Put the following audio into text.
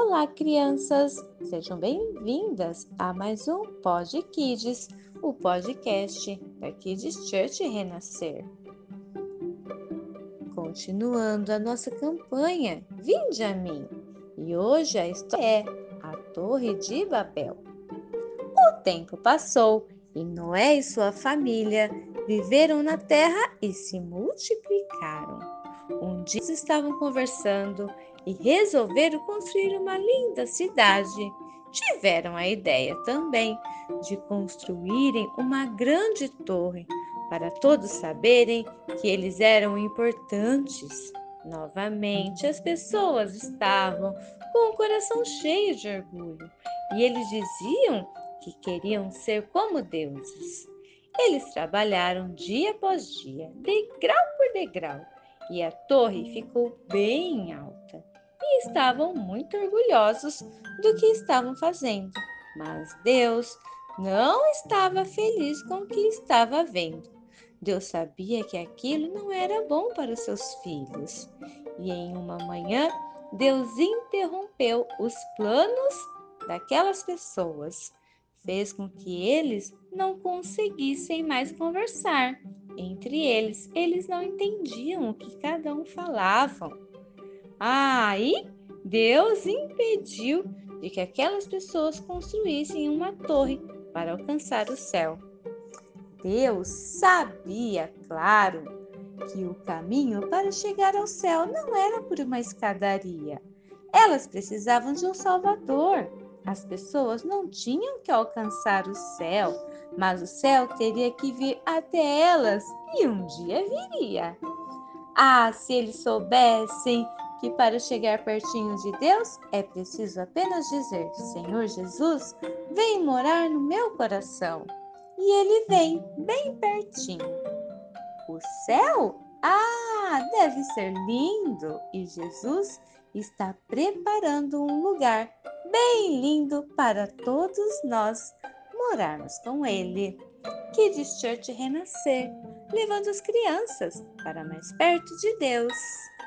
Olá, crianças! Sejam bem-vindas a mais um Pod Kids, o podcast da Kids Church Renascer. Continuando a nossa campanha, Vinde a mim! E hoje a história é a Torre de Babel. O tempo passou e Noé e sua família viveram na terra e se multiplicaram. Um dia eles estavam conversando e resolveram construir uma linda cidade. Tiveram a ideia também de construírem uma grande torre para todos saberem que eles eram importantes. Novamente, as pessoas estavam com o coração cheio de orgulho e eles diziam que queriam ser como deuses. Eles trabalharam dia após dia, degrau por degrau, e a torre ficou bem alta. E estavam muito orgulhosos do que estavam fazendo. Mas Deus não estava feliz com o que estava vendo. Deus sabia que aquilo não era bom para os seus filhos. E em uma manhã, Deus interrompeu os planos daquelas pessoas. Fez com que eles não conseguissem mais conversar. Entre eles não entendiam o que cada um falava. Aí Deus impediu de que aquelas pessoas construíssem uma torre para alcançar o céu. Deus sabia, claro, que o caminho para chegar ao céu não era por uma escadaria. Elas precisavam de um Salvador. As pessoas não tinham que alcançar o céu, mas o céu teria que vir até elas e um dia viria. Ah, se eles soubessem que para chegar pertinho de Deus é preciso apenas dizer: Senhor Jesus, vem morar no meu coração. E ele vem bem pertinho. O céu? Ah, deve ser lindo! E Jesus está preparando um lugar bem lindo para todos nós morarmos com Ele. Kids Church Renascer, levando as crianças para mais perto de Deus.